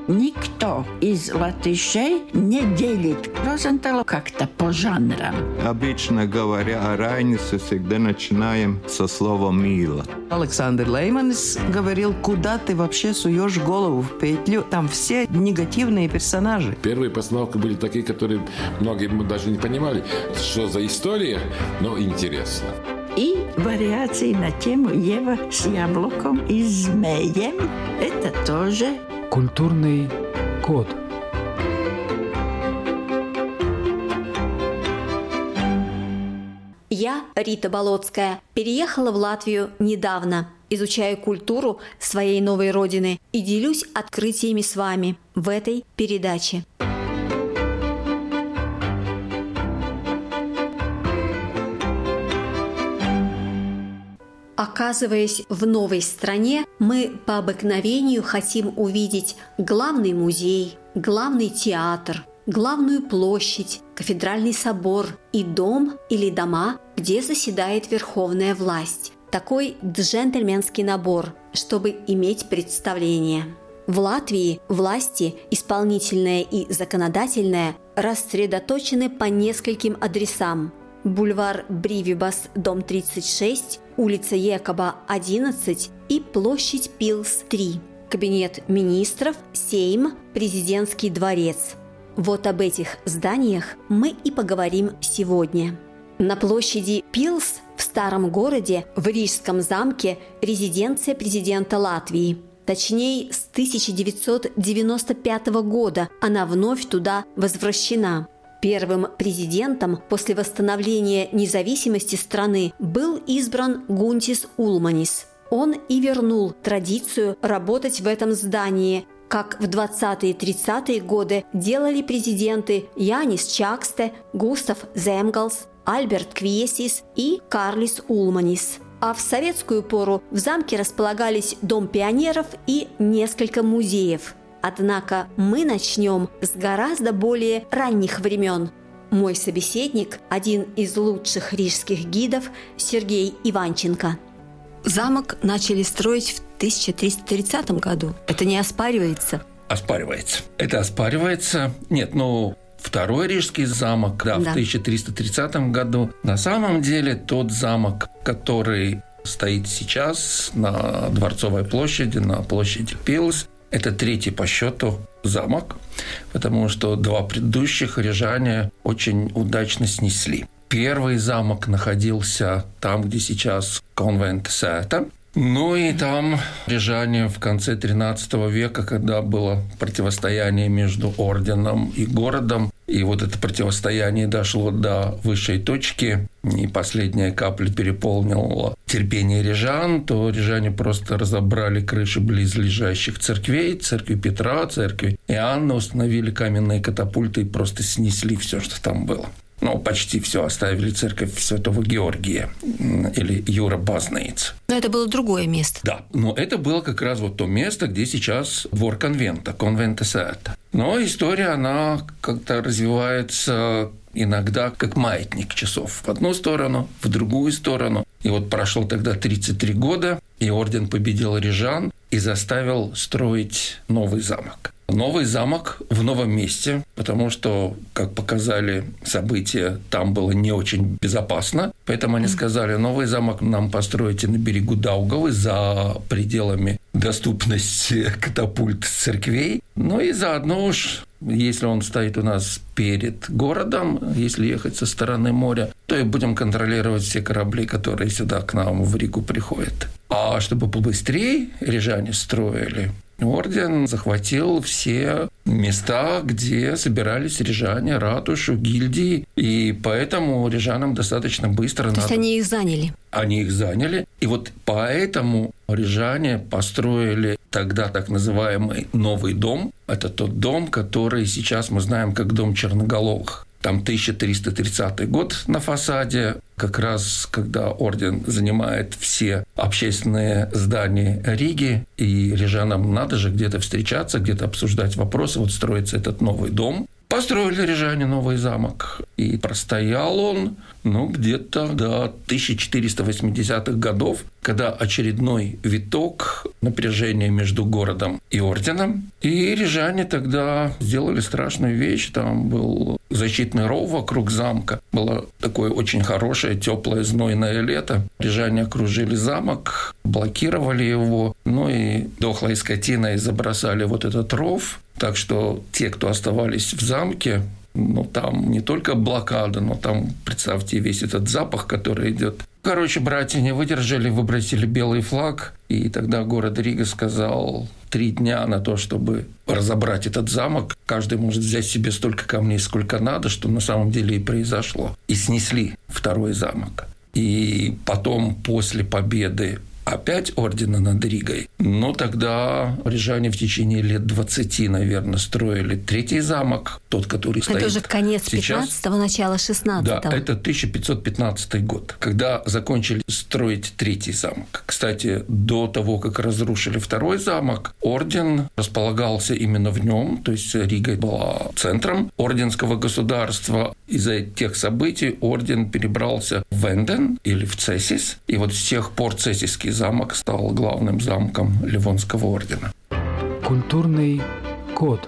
Никто из латышей не делит Розенталу как-то по жанрам. Обычно говоря о Райнисе, всегда начинаем со слова «мило». Александр Лейманис говорил, куда ты вообще суешь голову в петлю. Там все негативные персонажи. Первые постановки были такие, которые многие даже не понимали, что за история, но интересно. И вариации на тему Ева с яблоком и змеем – это тоже культурный код. Я, Рита Болотская, переехала в Латвию недавно, изучаю культуру своей новой родины и делюсь открытиями с вами в этой передаче. Оказываясь в новой стране, мы по обыкновению хотим увидеть главный музей, главный театр, главную площадь, кафедральный собор и дом или дома, где заседает верховная власть. Такой джентльменский набор, чтобы иметь представление. В Латвии власти, исполнительная и законодательная, рассредоточены по нескольким адресам. Бульвар Бривибас, дом 36, улица Екоба, 11 и площадь Пилс, 3. Кабинет министров, Сейм, президентский дворец. Вот об этих зданиях мы и поговорим сегодня. На площади Пилс в старом городе, в Рижском замке, резиденция президента Латвии. Точнее, с 1995 года она вновь туда возвращена. Первым президентом после восстановления независимости страны был избран Гунтис Улманис. Он и вернул традицию работать в этом здании, как в 20-е и 30-е годы делали президенты Янис Чаксте, Густав Земгалс, Альберт Квиесис и Карлис Улманис. А в советскую пору в замке располагались Дом пионеров и несколько музеев. Однако мы начнем с гораздо более ранних времен. Мой собеседник – один из лучших рижских гидов Сергей Иванченко. Замок начали строить в 1330 году. Это не оспаривается? Оспаривается. Это оспаривается. Нет, второй рижский замок, в 1330 году. На самом деле тот замок, который стоит сейчас на Дворцовой площади, на площади Пилс, это третий по счету замок, потому что два предыдущих рижане очень удачно снесли. Первый замок находился там, где сейчас конвент Сета. И там рижане в конце XIII века, когда было противостояние между орденом и городом, и вот это противостояние дошло до высшей точки, и последняя капля переполнила терпение рижан, то рижане просто разобрали крыши близлежащих церквей, церкви Петра, церкви Иоанна, установили каменные катапульты и просто снесли все, что там было. Почти все, оставили церковь Святого Георгия или Юра Базнейц. Но это было другое место. Да, но это было как раз вот то место, где сейчас двор конвента, конвента Сета. Но история, она как-то развивается иногда как маятник часов. В одну сторону, в другую сторону. И вот прошло тогда 33 года, и орден победил рижан и заставил строить новый замок. Новый замок в новом месте, потому что, как показали события, там было не очень безопасно. Поэтому они сказали, новый замок нам построите на берегу Даугавы, за пределами доступности катапульт церквей. И заодно уж, если он стоит у нас перед городом, если ехать со стороны моря, то и будем контролировать все корабли, которые сюда к нам в Ригу приходят. А чтобы побыстрее рижане строили, орден захватил все места, где собирались рижане, ратушу, гильдии, и поэтому рижанам достаточно быстро То есть они их заняли? Они их заняли, и вот поэтому рижане построили тогда так называемый новый дом. Это тот дом, который сейчас мы знаем как дом Черноголовых. Там 1330 год на фасаде, как раз когда орден занимает все общественные здания Риги, и рижанам надо же где-то встречаться, где-то обсуждать вопросы. Вот строится этот новый дом. Построили рижане новый замок. И простоял он, где-то до 1480-х годов, когда очередной виток напряжения между городом и орденом. И рижане тогда сделали страшную вещь. Там был защитный ров вокруг замка. Было такое очень хорошее, теплое, знойное лето. Рижане окружили замок, блокировали его. И дохлой скотиной забросали вот этот ров. Так что те, кто оставались в замке, там не только блокада, но там, представьте, весь этот запах, который идет. Братья не выдержали, выбросили белый флаг, и тогда город Рига сказал 3 дня на то, чтобы разобрать этот замок. Каждый может взять себе столько камней, сколько надо, что на самом деле и произошло. И снесли второй замок. И потом, после победы опять ордена над Ригой. Тогда рижане в течение лет 20, наверное, строили 3-й замок, тот, который стоит сейчас. Это уже конец 15-го, начало 16-го. Да, это 1515 год, когда закончили строить 3-й замок. Кстати, до того, как разрушили 2-й замок, орден располагался именно в нем, то есть Рига была центром орденского государства. Из-за тех событий орден перебрался в Энден или в Цесис, и вот с тех пор Цесисский замок стал главным замком Ливонского ордена. Культурный код.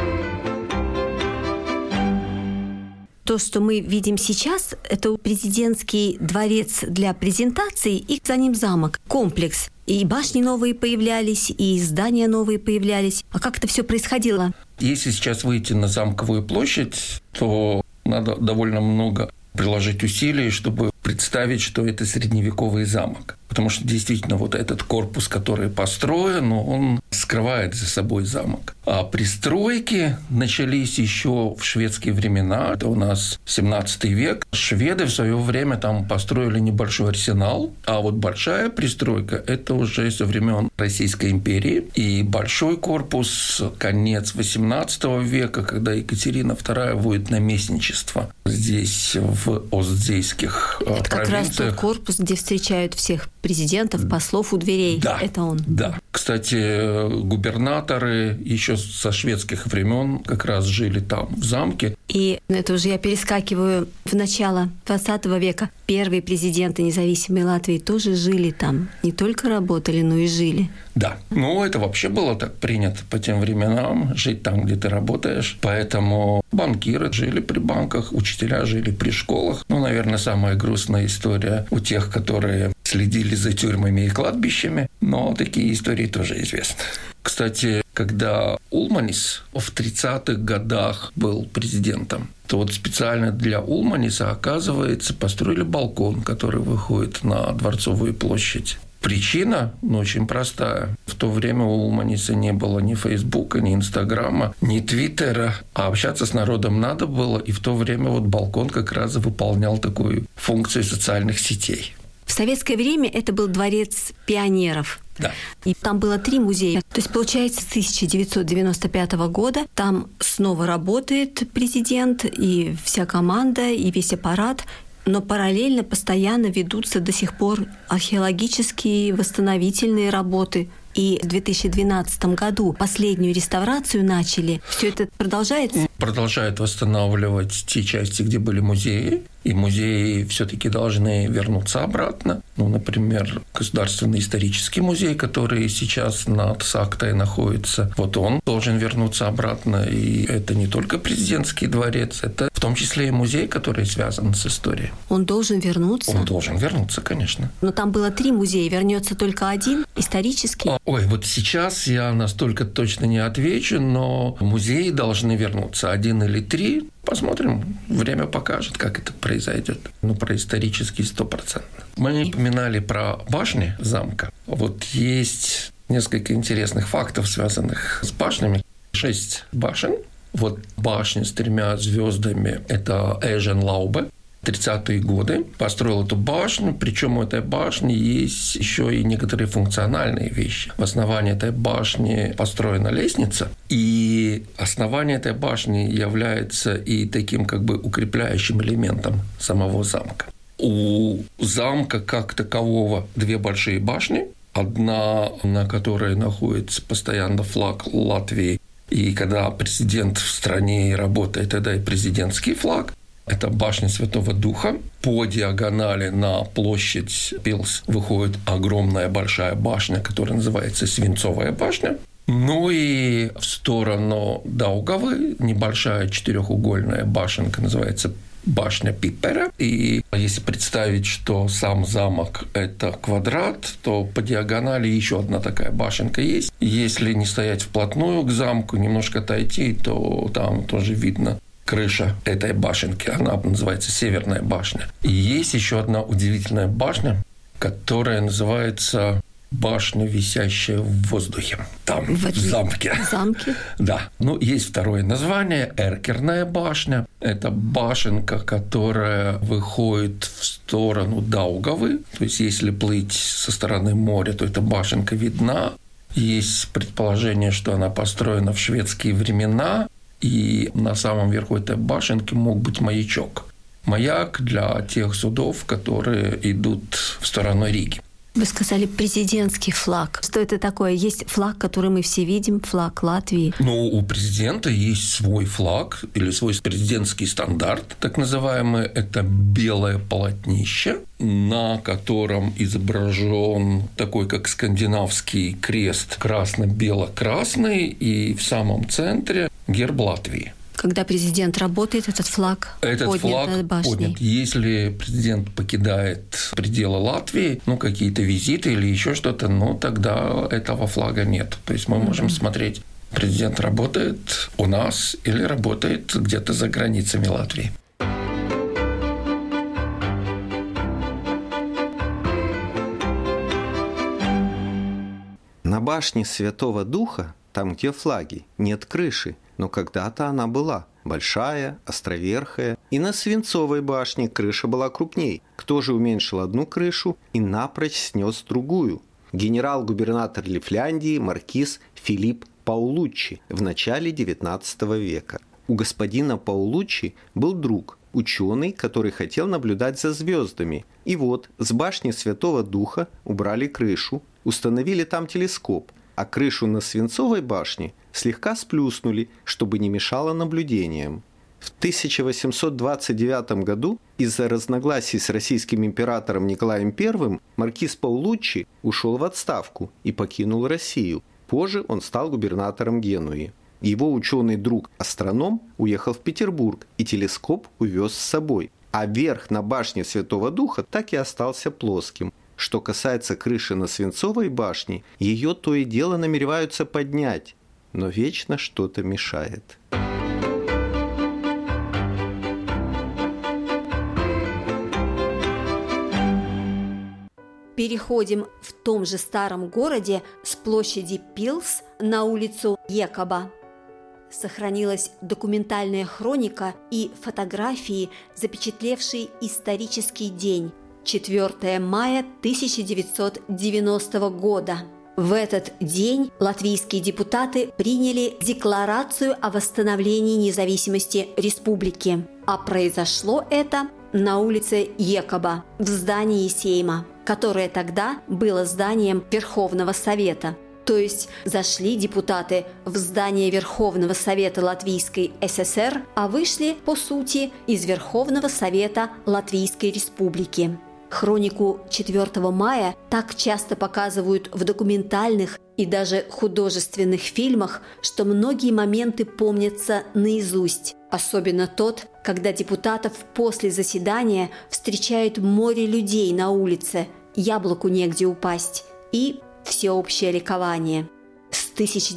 То, что мы видим сейчас, это президентский дворец для презентаций и за ним замок, комплекс. И башни новые появлялись, и здания новые появлялись. А как это все происходило? Если сейчас выйти на Замковую площадь, то надо довольно много приложить усилий, чтобы представить, что это средневековый замок. Потому что действительно вот этот корпус, который построен, он скрывает за собой замок. А пристройки начались еще в шведские времена. Это у нас 17 век. Шведы в свое время там построили небольшой арсенал. А вот большая пристройка – это уже со времен Российской империи. И большой корпус – конец 18 века, когда Екатерина II вводит наместничество здесь, в Остзейских провинциях. Это как раз тот корпус, где встречают всех президентов, послов у дверей. Да, это он. Да. Кстати, губернаторы еще со шведских времен как раз жили там, в замке. И это уже я перескакиваю в начало 20 века. Первые президенты независимой Латвии тоже жили там. Не только работали, но и жили. Да. Это вообще было так принято по тем временам, жить там, где ты работаешь. Поэтому банкиры жили при банках, учителя жили при школах. Наверное, самая грустная история у тех, которые следили за тюрьмами и кладбищами. Но такие истории тоже известны. Кстати, когда Улманис в 30-х годах был президентом, то вот специально для Улманиса, оказывается, построили балкон, который выходит на Дворцовую площадь. Причина, очень простая. В то время у Улманиса не было ни Фейсбука, ни Инстаграма, ни Твиттера, а общаться с народом надо было, и в то время вот балкон как раз выполнял такую функцию социальных сетей. В советское время это был дворец пионеров. Да. И там было 3 музея. То есть, получается, с 1995 года там снова работает президент и вся команда, и весь аппарат. Но параллельно постоянно ведутся до сих пор археологические восстановительные работы. И в 2012 году последнюю реставрацию начали. Все это продолжается? Продолжают восстанавливать те части, где были музеи. И музеи все-таки должны вернуться обратно. Например, Государственный исторический музей, который сейчас над Сактой находится, вот он должен вернуться обратно. И это не только президентский дворец, это в том числе и музей, который связан с историей. Он должен вернуться? Он должен вернуться, конечно. Но там было 3 музея, вернется только один, исторический? Вот сейчас я настолько точно не отвечу, но музеи должны вернуться, 1 или 3. Посмотрим, время покажет, как это произойдет. Про исторический 100%. Мы упоминали про башни замка. Вот есть несколько интересных фактов, связанных с башнями. 6 башен. Вот башня с 3 звездами – это Эйженлаубе. 30-е годы построил эту башню, причем у этой башни есть еще и некоторые функциональные вещи. В основании этой башни построена лестница, и основание этой башни является и таким укрепляющим элементом самого замка. У замка как такового 2 большие башни, одна, на которой находится постоянно флаг Латвии, И когда президент в стране работает, тогда и президентский флаг. Это башня Святого Духа. По диагонали на площадь Пилс выходит огромная большая башня, которая называется Свинцовая башня. Ну и в сторону Даугавы небольшая четырехугольная башенка называется башня Пипера. И если представить, что сам замок – это квадрат, то по диагонали еще одна такая башенка есть. Если не стоять вплотную к замку, немножко отойти, то там тоже видно крыша этой башенки. Она называется Северная башня. И есть еще одна удивительная башня, которая называется башня, висящая в воздухе. Там, в замке. В замке? Да. Ну, есть второе название – Эркерная башня. Это башенка, которая выходит в сторону Даугавы. То есть, если плыть со стороны моря, то эта башенка видна. Есть предположение, что она построена в шведские времена, и на самом верху этой башенки мог быть маячок. Маяк для тех судов, которые идут в сторону Риги. Вы сказали президентский флаг. Что это такое? Есть флаг, который мы все видим, флаг Латвии. Ну, у президента есть свой флаг или свой президентский стандарт, так называемый. Это белое полотнище, на котором изображен такой, как скандинавский крест, красно-бело-красный, и в самом центре герб Латвии. Когда президент работает, этот флаг поднят над башней. Поднят. Если президент покидает пределы Латвии, какие-то визиты или еще что-то, тогда этого флага нет. То есть мы можем смотреть, президент работает у нас или работает где-то за границами Латвии. На башне Святого Духа, там, где флаги, нет крыши, но когда-то она была большая, островерхая, и на Свинцовой башне крыша была крупней. Кто же уменьшил одну крышу и напрочь снес другую? Генерал-губернатор Лифляндии маркиз Филипп Паулуччи в начале XIX века. У господина Паулуччи был друг, ученый, который хотел наблюдать за звездами. И вот с башни Святого Духа убрали крышу, установили там телескоп, а крышу на Свинцовой башне слегка сплюснули, чтобы не мешало наблюдениям. В 1829 году из-за разногласий с российским императором Николаем I маркиз Паулуччи ушел в отставку и покинул Россию. Позже он стал губернатором Генуи. Его ученый друг-астроном уехал в Петербург и телескоп увез с собой. А верх на башне Святого Духа так и остался плоским. Что касается крыши на Свинцовой башне, ее то и дело намереваются поднять, но вечно что-то мешает. Переходим в том же старом городе с площади Пилс на улицу Екаба. Сохранилась документальная хроника и фотографии, запечатлевшие исторический день – 4 мая 1990 года. В этот день латвийские депутаты приняли Декларацию о восстановлении независимости республики. А произошло это на улице Екаба, в здании Сейма, которое тогда было зданием Верховного Совета. То есть зашли депутаты в здание Верховного Совета Латвийской ССР, а вышли, по сути, из Верховного Совета Латвийской Республики. Хронику 4 мая так часто показывают в документальных и даже художественных фильмах, что многие моменты помнятся наизусть. Особенно тот, когда депутатов после заседания встречает море людей на улице, яблоку негде упасть, и всеобщее ликование. С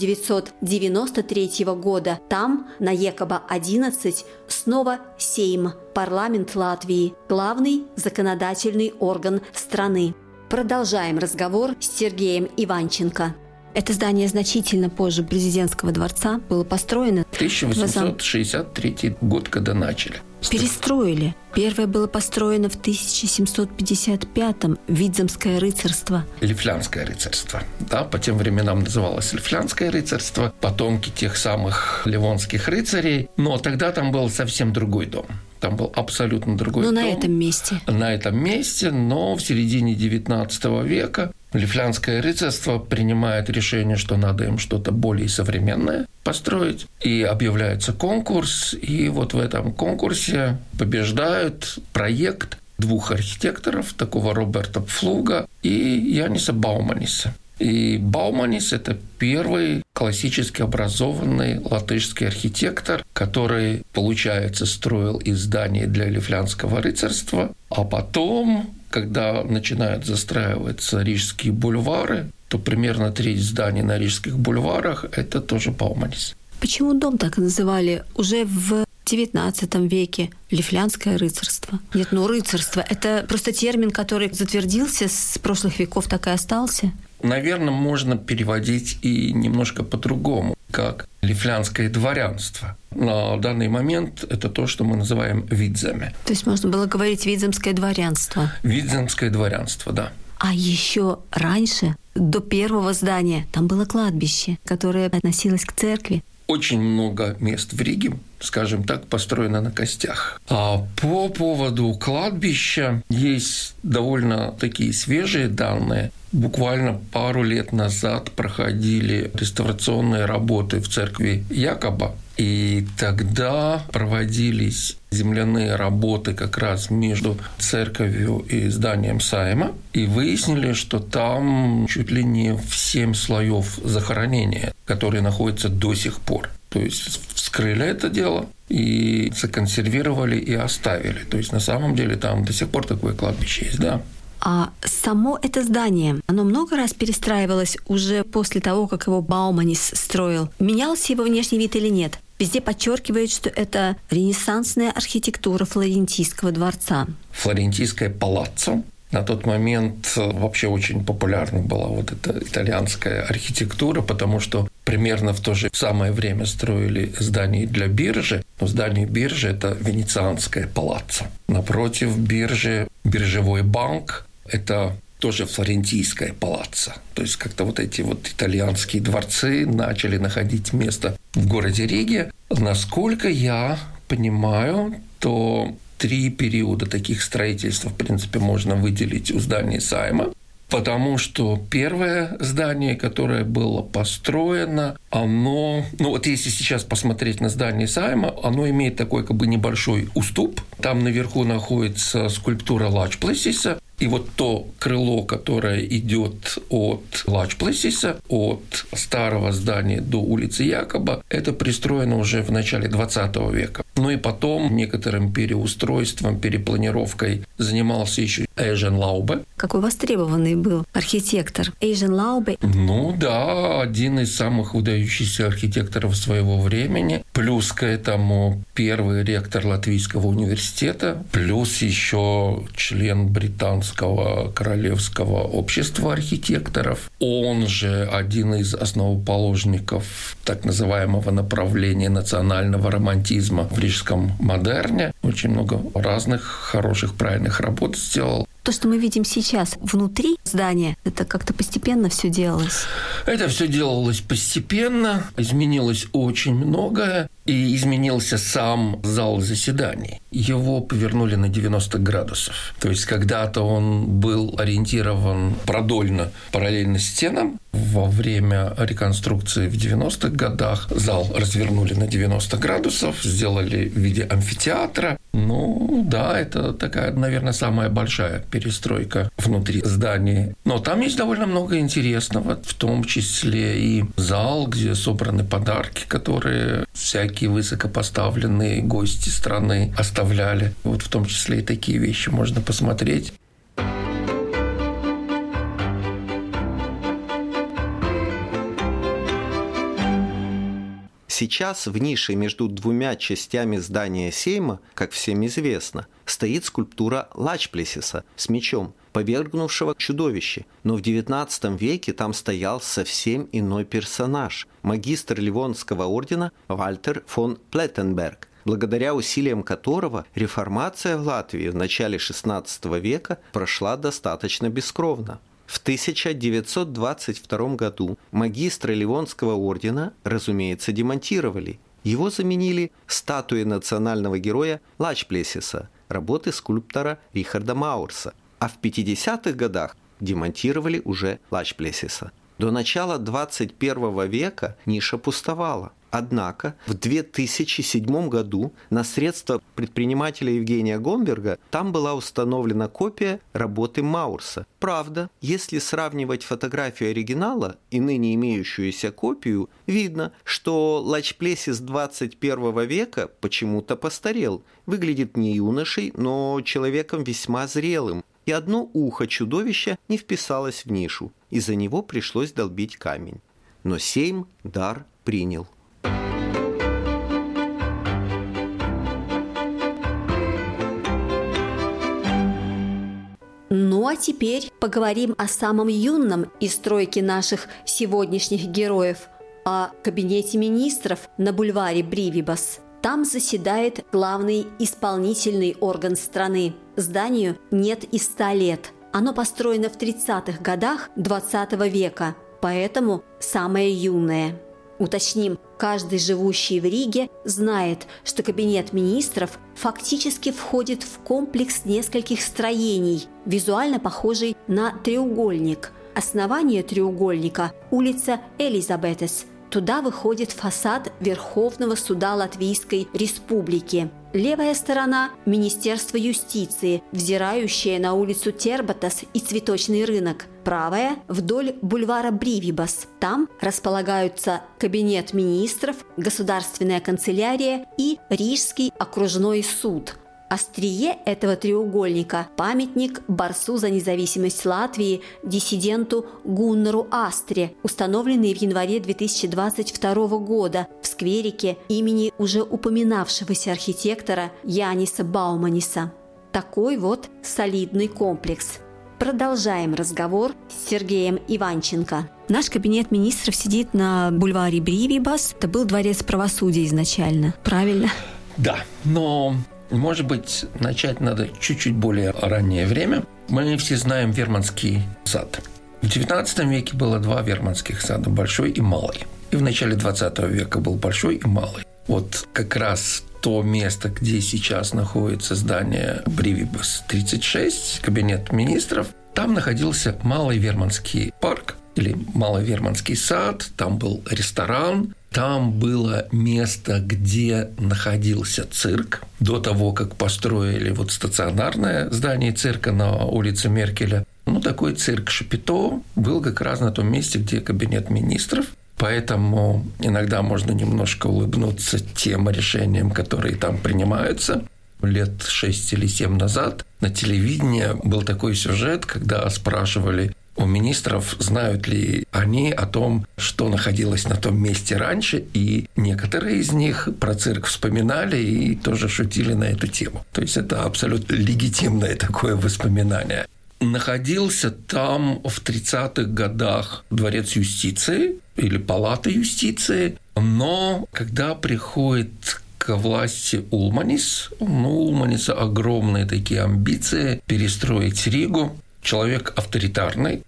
1993 года там, на Екаба-11, снова Сейм, парламент Латвии, главный законодательный орган страны. Продолжаем разговор с Сергеем Иванченко. Это здание значительно позже президентского дворца было построено. 1863 год, когда начали. Перестроили. Первое было построено в 1755-м, Видземское рыцарство. Лифлянское рыцарство. Да, по тем временам называлось Лифлянское рыцарство, потомки тех самых ливонских рыцарей. Но тогда там был совсем другой дом. Там был абсолютно другой дом. Но на этом месте. На этом месте, но в середине XIX века Лифлянское рыцарство принимает решение, что надо им что-то более современное построить. И объявляется конкурс. И вот в этом конкурсе побеждает проект 2 архитекторов, такого Роберта Пфлуга и Яниса Бауманиса. И Бауманис – это первый классически образованный латышский архитектор, который, получается, строил и здания для Лифлянского рыцарства, а потом, когда начинают застраиваться рижские бульвары, то примерно треть зданий на рижских бульварах – это тоже Бауманис. Почему дом так и называли уже в XIX веке? Лифлянское рыцарство. Нет, рыцарство – это просто термин, который затвердился с прошлых веков, так и остался. Наверное, можно переводить и немножко по-другому, как лифлянское дворянство. На данный момент это то, что мы называем видзами. То есть можно было говорить видземское дворянство. Видземское дворянство, да. А еще раньше, до первого здания, там было кладбище, которое относилось к церкви. Очень много мест в Риге, скажем так, построено на костях. А по поводу кладбища есть довольно такие свежие данные. Буквально пару лет назад проходили реставрационные работы в церкви Якоба, и тогда проводились земляные работы как раз между церковью и зданием Сайма, и выяснили, что там чуть ли не в 7 слоев захоронения, которые находятся до сих пор. То есть вскрыли это дело и законсервировали и оставили. То есть на самом деле там до сих пор такое кладбище есть, да. А само это здание, оно много раз перестраивалось уже после того, как его Бауманис строил. Менялся его внешний вид или нет? Везде подчеркивают, что это ренессансная архитектура Флорентийского дворца. Флорентийское палаццо. На тот момент вообще очень популярна была вот эта итальянская архитектура, потому что примерно в то же самое время строили здание для биржи. Но здание биржи – это венецианское палаццо. Напротив биржи – биржевой банк. Это тоже флорентийское палаццо. То есть как-то вот эти вот итальянские дворцы начали находить место в городе Риге. Насколько я понимаю, то 3 периода таких строительств, в принципе, можно выделить у здания Сайма. Потому что первое здание, которое было построено, оно... вот если сейчас посмотреть на здание Сайма, оно имеет такой как бы небольшой уступ. Там наверху находится скульптура Лачплесиса. И вот то крыло, которое идет от Лачплесиса, от старого здания до улицы Якоба, это пристроено уже в начале 20 века. Ну и потом некоторым переустройством, перепланировкой занимался еще Эйжен Лаубе. Какой востребованный был архитектор Эйжен Лаубе. Ну да, один из самых выдающихся архитекторов своего времени. Плюс к этому первый ректор Латвийского университета, плюс еще член британского королевского общества архитекторов. Он же один из основоположников так называемого направления национального романтизма в рижском модерне. Очень много разных хороших, правильных работ сделал. То, что мы видим сейчас внутри здания, это как-то постепенно все делалось? Это все делалось постепенно, изменилось очень многое, и изменился сам зал заседаний. Его повернули на 90 градусов. То есть когда-то он был ориентирован продольно, параллельно стенам. Во время реконструкции в 90-х годах зал развернули на 90 градусов, сделали в виде амфитеатра. Ну да, это такая, наверное, самая большая перестройка внутри здания. Но там есть довольно много интересного, в том числе и зал, где собраны подарки, которые всякие высокопоставленные гости страны оставляли. Вот в том числе и такие вещи можно посмотреть. Сейчас в нише между 2 частями здания Сейма, как всем известно, стоит скульптура Лачплесиса с мечом, повергнувшего чудовище. Но в XIX веке там стоял совсем иной персонаж – магистр Ливонского ордена Вальтер фон Плеттенберг, благодаря усилиям которого реформация в Латвии в начале XVI века прошла достаточно бескровно. В 1922 году магистра Ливонского ордена, разумеется, демонтировали. Его заменили статуей национального героя Лачплесиса, работы скульптора Рихарда Маурса. А в 50-х годах демонтировали уже Лачплесиса. До начала 21 века ниша пустовала. Однако в 2007 году на средства предпринимателя Евгения Гомберга там была установлена копия работы Маурса. Правда, если сравнивать фотографию оригинала и ныне имеющуюся копию, видно, что Лачплесис 21 века почему-то постарел. Выглядит не юношей, но человеком весьма зрелым. И одно ухо чудовища не вписалось в нишу. Из-за него пришлось долбить камень. Но Сейм дар принял. Ну а теперь поговорим о самом юном из тройки наших сегодняшних героев, о кабинете министров на бульваре Бривибас. Там заседает главный исполнительный орган страны. Зданию нет и 100 лет. Оно построено в 30-х годах 20 века, поэтому самое юное. Уточним, каждый живущий в Риге знает, что кабинет министров фактически входит в комплекс нескольких строений, визуально похожий на треугольник. Основание треугольника – улица Элизабетес. Туда выходит фасад Верховного суда Латвийской Республики. Левая сторона – Министерство юстиции, взирающее на улицу Тербатас и Цветочный рынок. Правая – вдоль бульвара Бривибас. Там располагаются кабинет министров, государственная канцелярия и Рижский окружной суд. Острие этого треугольника – памятник борцу за независимость Латвии, диссиденту Гуннару Астре, установленный в январе 2022 года в скверике имени уже упоминавшегося архитектора Яниса Бауманиса. Такой вот солидный комплекс. Продолжаем разговор с Сергеем Иванченко. Наш кабинет министров сидит на бульваре Бривибас. Это был дворец правосудия изначально, правильно? Да, но... Может быть, начать надо чуть-чуть более раннее время. Мы все знаем Верманский сад. В XIX веке было 2 верманских сада – большой и малый. И в начале XX века был большой и малый. Вот как раз то место, где сейчас находится здание Бривибас 36, кабинет министров, там находился Малый Верманский парк или Малый Верманский сад, там был ресторан. Там было место, где находился цирк. До того, как построили вот стационарное здание цирка на улице Меркеля, такой цирк Шапито был как раз на том месте, где кабинет министров. Поэтому иногда можно немножко улыбнуться тем решениям, которые там принимаются. Лет 6 или 7 назад на телевидении был такой сюжет, когда спрашивали у министров, знают ли они о том, что находилось на том месте раньше, и некоторые из них про цирк вспоминали и тоже шутили на эту тему. То есть это абсолютно легитимное такое воспоминание. Находился там в 30-х годах дворец юстиции или палата юстиции, но когда приходит к власти Улманис, у Улманиса огромные такие амбиции перестроить Ригу. Человек авторитарный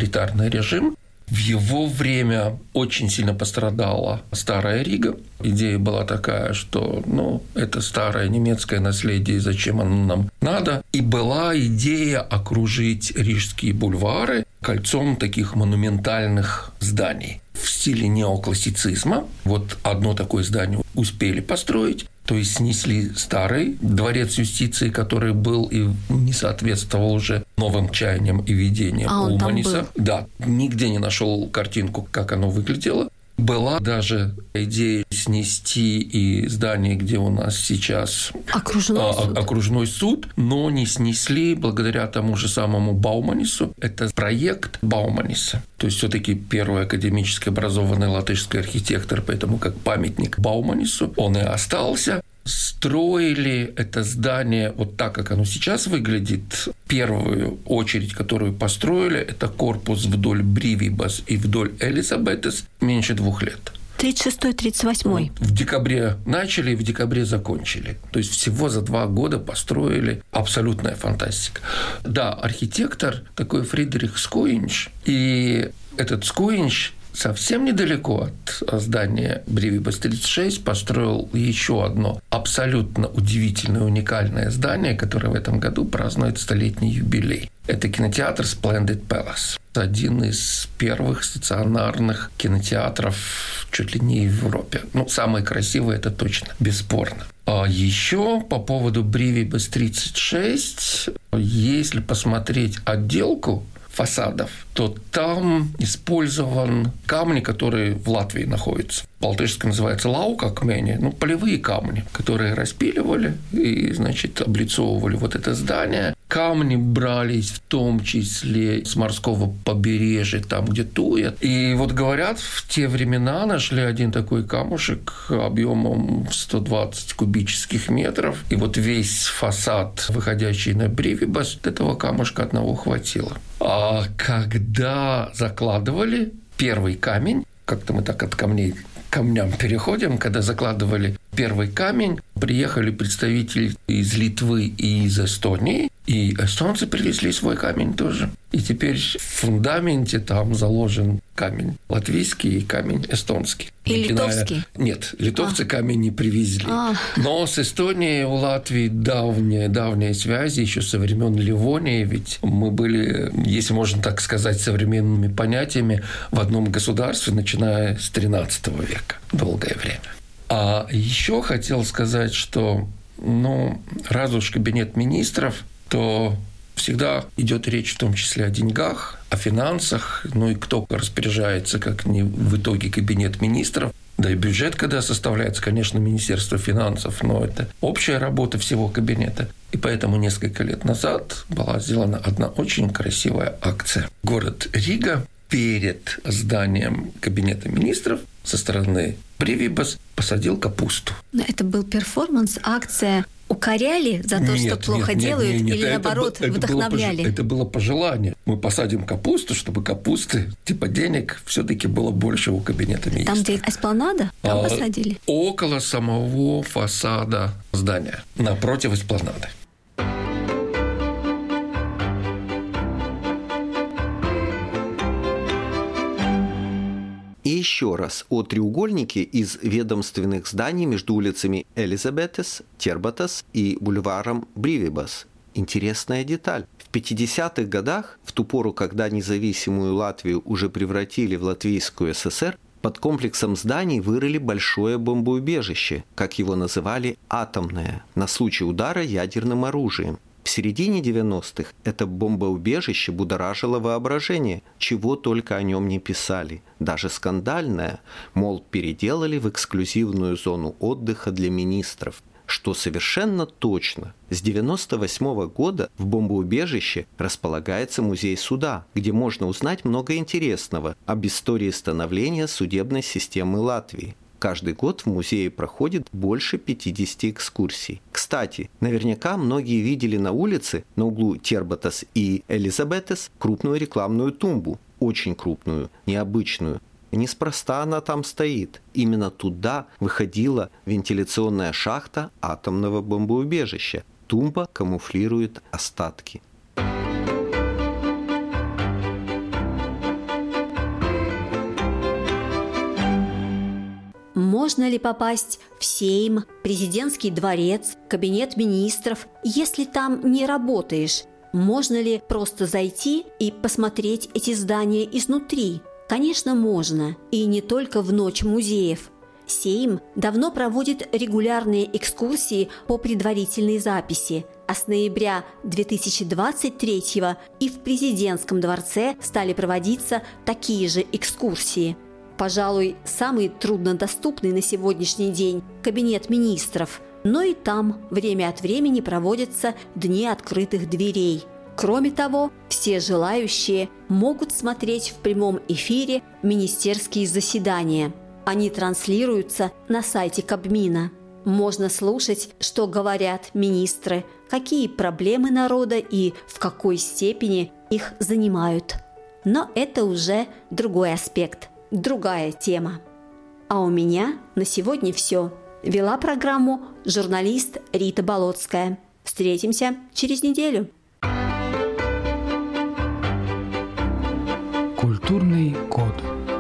режим. В его время очень сильно пострадала старая Рига. Идея была такая, что это старое немецкое наследие, зачем оно нам надо. И была идея окружить рижские бульвары кольцом таких монументальных зданий в стиле неоклассицизма. Вот одно такое здание успели построить. То есть снесли старый дворец юстиции, который был и не соответствовал уже новым чаяниям и видениям Улманиса. Да, нигде не нашел картинку, как оно выглядело. Была даже идея снести и здание, где у нас сейчас окружной суд, но не снесли благодаря тому же самому Бауманису. Это проект Бауманиса. То есть все-таки первый академически образованный латышский архитектор, поэтому как памятник Бауманису он и остался. Строили это здание вот так, как оно сейчас выглядит. Первую очередь, которую построили, это корпус вдоль Бривибас и вдоль Элизабетес меньше 2 лет. 36-38. В декабре начали и в декабре закончили. То есть всего за 2 года построили. Абсолютная фантастика. Да, архитектор такой Фридрих Скоинш. И этот Скоинш совсем недалеко от здания Бривибас 36 построил еще одно абсолютно удивительное, уникальное здание, которое в этом году празднует 100-летний юбилей. Это кинотеатр Splendid Palace. Один из первых стационарных кинотеатров чуть ли не в Европе. Самый красивый, это точно, бесспорно. А еще по поводу Brīvības 36, если посмотреть отделку фасадов, то там использован камни, которые в Латвии находятся. По-латышски называется лаукакмени, полевые камни, которые распиливали и, облицовывали вот это здание. Камни брались в том числе с морского побережья, там, где тует. И вот говорят, в те времена нашли один такой камушек объемом 120 кубических метров. И вот весь фасад, выходящий на Brīvības, этого камушка одного хватило. А когда закладывали первый камень, как-то мы так от камней к камням переходим, когда закладывали первый камень, приехали представители из Литвы и из Эстонии, и эстонцы привезли свой камень тоже. И теперь в фундаменте там заложен камень латвийский и камень эстонский. И литовский? Нет, литовцы камень не привезли. Но с Эстонией у Латвии давние связи еще со времен Ливонии, ведь мы были, если можно так сказать, современными понятиями в одном государстве, начиная с XIII века, долгое время. А еще хотел сказать, что, раз уж кабинет министров, то всегда идет речь в том числе о деньгах, о финансах, и кто распоряжается, как не в итоге кабинет министров. Да и бюджет, когда составляется, конечно, Министерство финансов, но это общая работа всего кабинета. И поэтому несколько лет назад была сделана одна очень красивая акция. Город Рига перед зданием кабинета министров со стороны Brīvības посадил капусту. Это был перформанс, акция. Укоряли за то, что плохо делают, или наоборот вдохновляли? Это было пожелание. Мы посадим капусту, чтобы капусты, денег все-таки было больше у кабинета министров. Там, где эспланада, там посадили? Около самого фасада здания, напротив эспланады. И еще раз о треугольнике из ведомственных зданий между улицами Элизабетес, Тербатас и бульваром Brīvības. Интересная деталь. В 50-х годах, в ту пору, когда независимую Латвию уже превратили в Латвийскую ССР, под комплексом зданий вырыли большое бомбоубежище, как его называли «атомное», на случай удара ядерным оружием. В середине 90-х это бомбоубежище будоражило воображение, чего только о нем не писали. Даже скандальное, мол, переделали в эксклюзивную зону отдыха для министров. Что совершенно точно. С 1998 года в бомбоубежище располагается музей суда, где можно узнать много интересного об истории становления судебной системы Латвии. Каждый год в музее проходит больше 50 экскурсий. Кстати, наверняка многие видели на улице, на углу Тербатас и Элизабетес, крупную рекламную тумбу. Очень крупную, необычную. Неспроста она там стоит. Именно туда выходила вентиляционная шахта атомного бомбоубежища. Тумба камуфлирует остатки. Можно ли попасть в Сейм, президентский дворец, кабинет министров, если там не работаешь? Можно ли просто зайти и посмотреть эти здания изнутри? Конечно, можно. И не только в ночь музеев. Сейм давно проводит регулярные экскурсии по предварительной записи, а с ноября 2023 и в президентском дворце стали проводиться такие же экскурсии. Пожалуй, самый труднодоступный на сегодняшний день – кабинет министров, но и там время от времени проводятся дни открытых дверей. Кроме того, все желающие могут смотреть в прямом эфире министерские заседания. Они транслируются на сайте Кабмина. Можно слушать, что говорят министры, какие проблемы народа и в какой степени их занимают. Но это уже другой аспект. Другая тема. А у меня на сегодня все. Вела программу журналист Рита Болотская. Встретимся через неделю. Культурный код.